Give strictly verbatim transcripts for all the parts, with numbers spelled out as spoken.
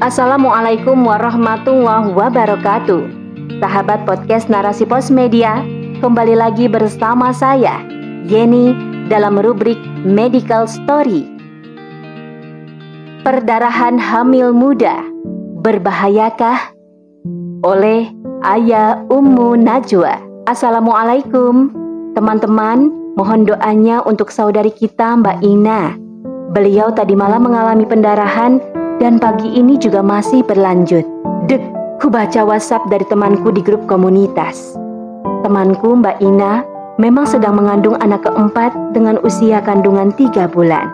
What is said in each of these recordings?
Assalamualaikum warahmatullahi wabarakatuh. Sahabat podcast Narasi Pos Media, kembali lagi bersama saya, Yeni, dalam rubrik Medical Story. Perdarahan hamil muda, berbahayakah? Oleh Ayah Ummu Najwa. Assalamualaikum teman-teman, mohon doanya untuk saudari kita Mbak Ina. Beliau tadi malam mengalami pendarahan dan pagi ini juga masih berlanjut. Dek, ku baca WhatsApp dari temanku di grup komunitas. Temanku Mbak Ina memang sedang mengandung anak keempat dengan usia kandungan tiga bulan.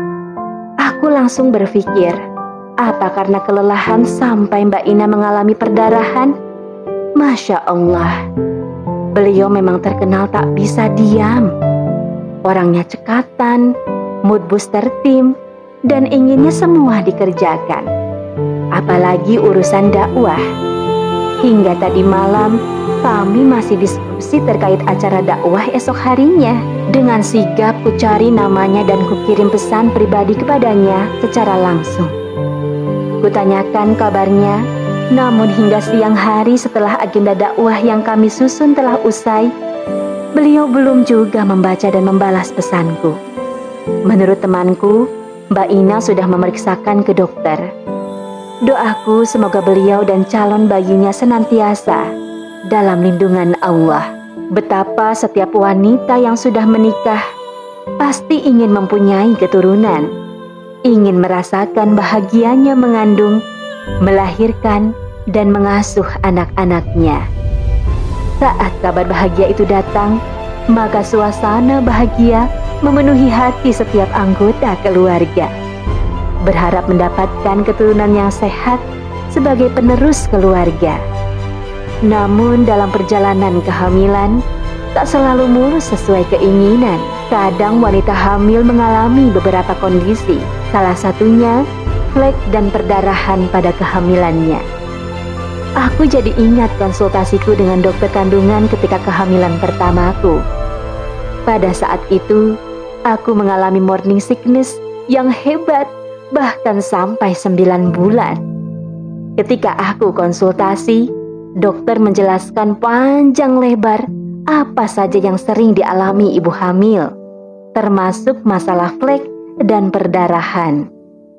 Aku langsung berpikir, apa karena kelelahan sampai Mbak Ina mengalami perdarahan? Masya Allah, beliau memang terkenal tak bisa diam. Orangnya cekatan, mood booster tim, dan inginnya semua dikerjakan. Apalagi urusan dakwah. Hingga tadi malam kami masih diskusi terkait acara dakwah esok harinya. Dengan sigap ku cari namanya dan ku kirim pesan pribadi kepadanya secara langsung. Ku tanyakan kabarnya, namun hingga siang hari setelah agenda dakwah yang kami susun telah usai, beliau belum juga membaca dan membalas pesanku. Menurut temanku, Mbak Ina sudah memeriksakan ke dokter. Doaku semoga beliau dan calon bayinya senantiasa dalam lindungan Allah. Betapa setiap wanita yang sudah menikah pasti ingin mempunyai keturunan, ingin merasakan bahagianya mengandung, melahirkan, dan mengasuh anak-anaknya. Saat kabar bahagia itu datang, maka suasana bahagia memenuhi hati setiap anggota keluarga. Berharap mendapatkan keturunan yang sehat sebagai penerus keluarga. Namun dalam perjalanan kehamilan, tak selalu mulus sesuai keinginan. Kadang wanita hamil mengalami beberapa kondisi, salah satunya flek dan perdarahan pada kehamilannya. Aku jadi ingat konsultasiku dengan dokter kandungan ketika kehamilan pertamaku. Pada saat itu, aku mengalami morning sickness yang hebat, bahkan sampai sembilan bulan. Ketika aku konsultasi, dokter menjelaskan panjang lebar apa saja yang sering dialami ibu hamil, termasuk masalah flek dan perdarahan.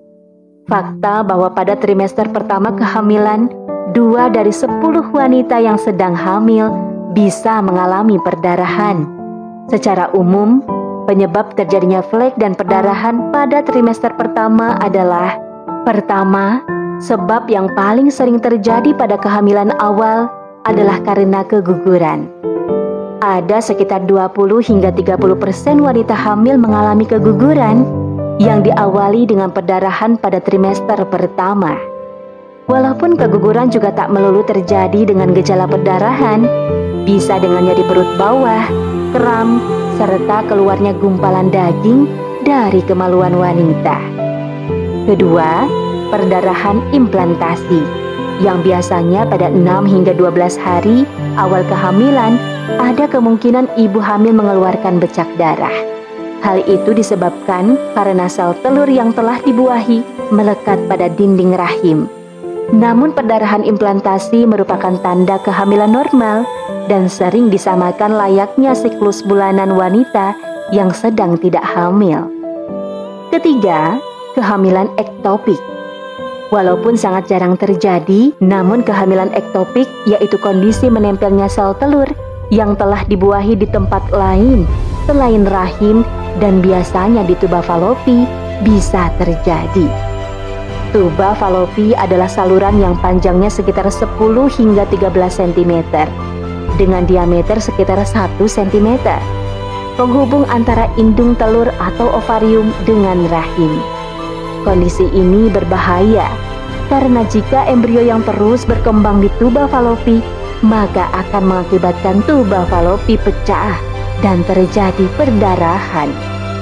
Fakta bahwa pada trimester pertama kehamilan, dua dari sepuluh wanita yang sedang hamil bisa mengalami perdarahan. Secara umum, penyebab terjadinya flek dan perdarahan pada trimester pertama adalah: pertama, sebab yang paling sering terjadi pada kehamilan awal adalah karena keguguran. Ada sekitar dua puluh hingga tiga puluh persen wanita hamil mengalami keguguran yang diawali dengan perdarahan pada trimester pertama. Walaupun keguguran juga tak melulu terjadi dengan gejala perdarahan, bisa dengan nyeri perut bawah, kram, serta keluarnya gumpalan daging dari kemaluan wanita. Kedua, perdarahan implantasi yang biasanya pada enam hingga dua belas hari awal kehamilan ada kemungkinan ibu hamil mengeluarkan bercak darah. Hal itu disebabkan karena sel telur yang telah dibuahi melekat pada dinding rahim. Namun perdarahan implantasi merupakan tanda kehamilan normal dan sering disamakan layaknya siklus bulanan wanita yang sedang tidak hamil. Ketiga, kehamilan ektopik. Walaupun sangat jarang terjadi, namun kehamilan ektopik yaitu kondisi menempelnya sel telur yang telah dibuahi di tempat lain selain rahim dan biasanya di tuba falopi bisa terjadi. Tuba falopi adalah saluran yang panjangnya sekitar sepuluh hingga tiga belas sentimeter dengan diameter sekitar satu sentimeter, penghubung antara indung telur atau ovarium dengan rahim. Kondisi ini berbahaya karena jika embrio yang terus berkembang di tuba falopi, maka akan mengakibatkan tuba falopi pecah dan terjadi perdarahan.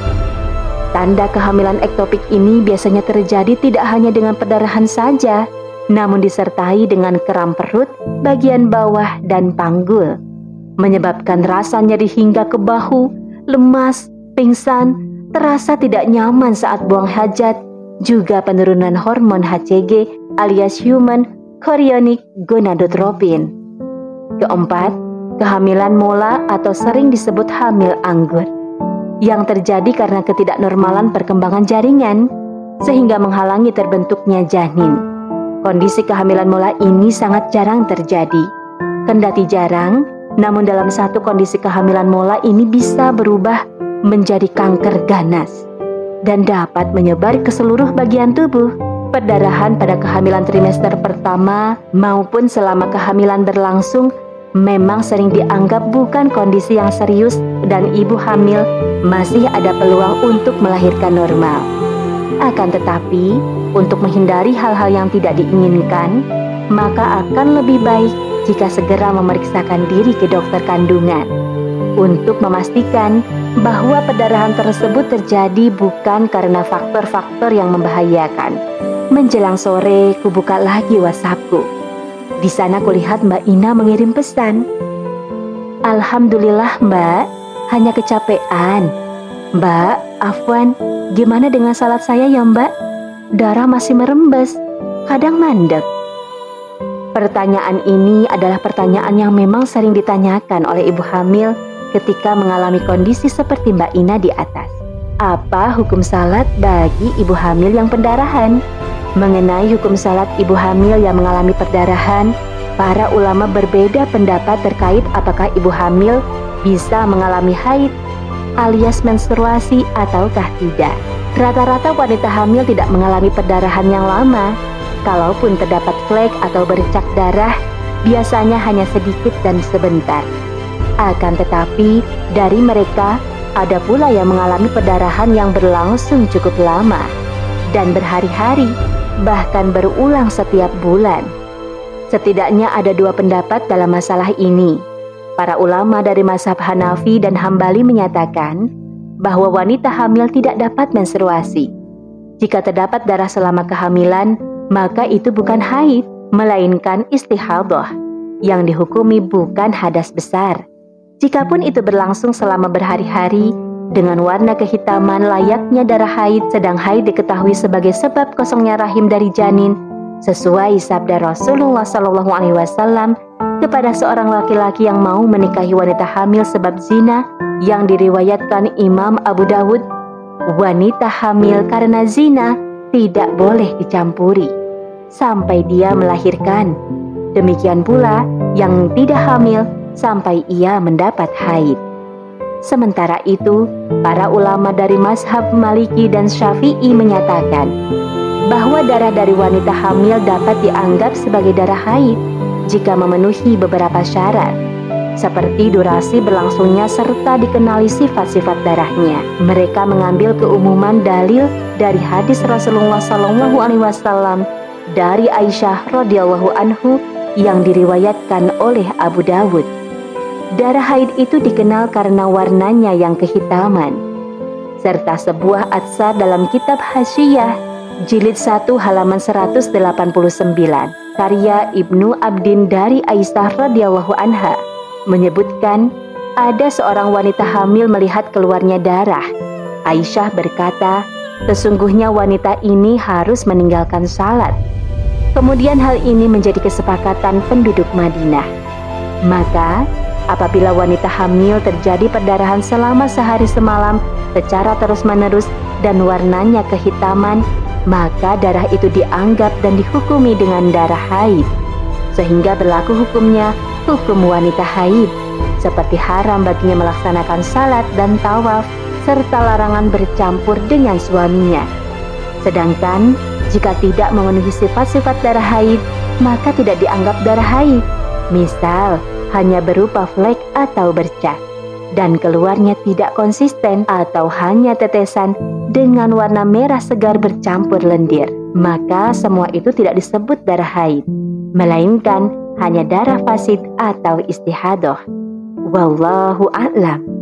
Tanda kehamilan ektopik ini biasanya terjadi tidak hanya dengan perdarahan saja, namun disertai dengan kram perut, bagian bawah, dan panggul, menyebabkan rasa nyeri hingga ke bahu, lemas, pingsan, terasa tidak nyaman saat buang hajat, juga penurunan hormon H C G alias human chorionic gonadotropin. Keempat, kehamilan mola atau sering disebut hamil anggur, yang terjadi karena ketidaknormalan perkembangan jaringan sehingga menghalangi terbentuknya janin. Kondisi kehamilan mola ini sangat jarang terjadi. Kendati jarang, namun dalam satu kondisi kehamilan mola ini bisa berubah menjadi kanker ganas dan dapat menyebar ke seluruh bagian tubuh. Perdarahan pada kehamilan trimester pertama maupun selama kehamilan berlangsung memang sering dianggap bukan kondisi yang serius dan ibu hamil masih ada peluang untuk melahirkan normal. Akan tetapi, untuk menghindari hal-hal yang tidak diinginkan, maka akan lebih baik jika segera memeriksakan diri ke dokter kandungan untuk memastikan bahwa perdarahan tersebut terjadi bukan karena faktor-faktor yang membahayakan. Menjelang sore, kubuka lagi WhatsAppku. Di sana kulihat Mbak Ina mengirim pesan. Alhamdulillah Mbak, hanya kecapean. Mbak, afwan, gimana dengan salat saya ya Mbak? Darah masih merembes, kadang mandek. Pertanyaan ini adalah pertanyaan yang memang sering ditanyakan oleh ibu hamil ketika mengalami kondisi seperti Mbak Ina di atas. Apa hukum salat bagi ibu hamil yang pendarahan? Mengenai hukum salat ibu hamil yang mengalami perdarahan, para ulama berbeda pendapat terkait apakah ibu hamil bisa mengalami haid alias menstruasi ataukah tidak. Rata-rata wanita hamil tidak mengalami perdarahan yang lama. Kalaupun terdapat flek atau bercak darah, biasanya hanya sedikit dan sebentar. Akan tetapi, dari mereka ada pula yang mengalami perdarahan yang berlangsung cukup lama dan berhari-hari, bahkan berulang setiap bulan. Setidaknya ada dua pendapat dalam masalah ini. Para ulama dari mazhab Hanafi dan Hambali menyatakan bahwa wanita hamil tidak dapat menstruasi. Jika terdapat darah selama kehamilan, maka itu bukan haid, melainkan istihadhah, yang dihukumi bukan hadas besar. Jikapun itu berlangsung selama berhari-hari, dengan warna kehitaman layaknya darah haid, sedang haid diketahui sebagai sebab kosongnya rahim dari janin, sesuai sabda Rasulullah shallallahu alaihi wasallam kepada seorang laki-laki yang mau menikahi wanita hamil sebab zina, yang diriwayatkan Imam Abu Dawud, wanita hamil karena zina tidak boleh dicampuri sampai dia melahirkan. Demikian pula yang tidak hamil sampai ia mendapat haid. Sementara itu, para ulama dari mazhab Maliki dan Syafi'i menyatakan bahwa darah dari wanita hamil dapat dianggap sebagai darah haid jika memenuhi beberapa syarat, seperti durasi berlangsungnya serta dikenali sifat-sifat darahnya. Mereka mengambil keumuman dalil dari hadis Rasulullah shallallahu alaihi wasallam dari Aisyah radhiyallahu anhu yang diriwayatkan oleh Abu Dawud. Darah haid itu dikenal karena warnanya yang kehitaman, serta sebuah atsar dalam kitab Hasyiyah jilid satu halaman seratus delapan puluh sembilan karya Ibnu Abdin dari Aisyah radhiyallahu anha menyebutkan ada seorang wanita hamil melihat keluarnya darah. Aisyah berkata, sesungguhnya wanita ini harus meninggalkan salat. Kemudian hal ini menjadi kesepakatan penduduk Madinah. Maka apabila wanita hamil terjadi perdarahan selama sehari semalam secara terus-menerus dan warnanya kehitaman, maka darah itu dianggap dan dihukumi dengan darah haid, sehingga berlaku hukumnya hukum wanita haid, seperti haram baginya melaksanakan salat dan tawaf, serta larangan bercampur dengan suaminya. Sedangkan jika tidak memenuhi sifat-sifat darah haid, maka tidak dianggap darah haid. Misal, hanya berupa flek atau bercak, dan keluarnya tidak konsisten atau hanya tetesan dengan warna merah segar bercampur lendir, maka semua itu tidak disebut darah haid, melainkan hanya darah fasid atau istihadhah. Wallahu a'lam.